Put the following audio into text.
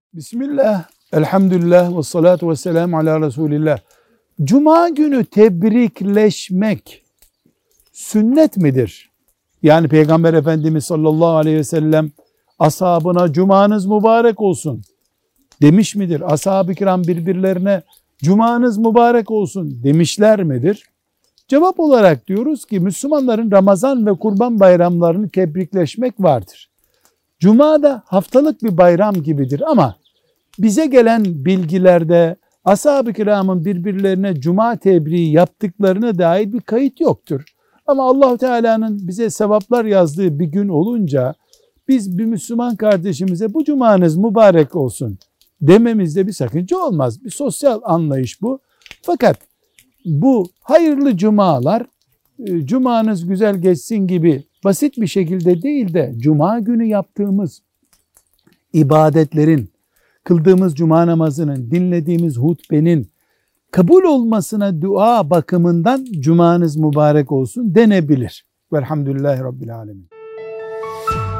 Bismillah, elhamdülillah ve salatu ve selamu ala Resulillah. Cuma günü tebrikleşmek sünnet midir? Yani Peygamber Efendimiz sallallahu aleyhi ve sellem ashabına cumanız mübarek olsun demiş midir? Ashab-ı kiram birbirlerine cumanız mübarek olsun demişler midir? Cevap olarak diyoruz ki Müslümanların Ramazan ve Kurban bayramlarını tebrikleşmek vardır. Cuma da haftalık bir bayram gibidir ama bize gelen bilgilerde ashab-ı kiramın birbirlerine cuma tebriği yaptıklarına dair bir kayıt yoktur. Ama Allah Teala'nın bize sevaplar yazdığı bir gün olunca biz bir Müslüman kardeşimize bu cumanız mübarek olsun dememizde bir sakınca olmaz. Bir sosyal anlayış bu. Fakat bu hayırlı cumalar, cumanız güzel geçsin gibi basit bir şekilde değil de cuma günü yaptığımız ibadetlerin, kıldığımız cuma namazının, dinlediğimiz hutbenin kabul olmasına dua bakımından cumanız mübarek olsun denebilir. Velhamdülillahi Rabbil Alemin.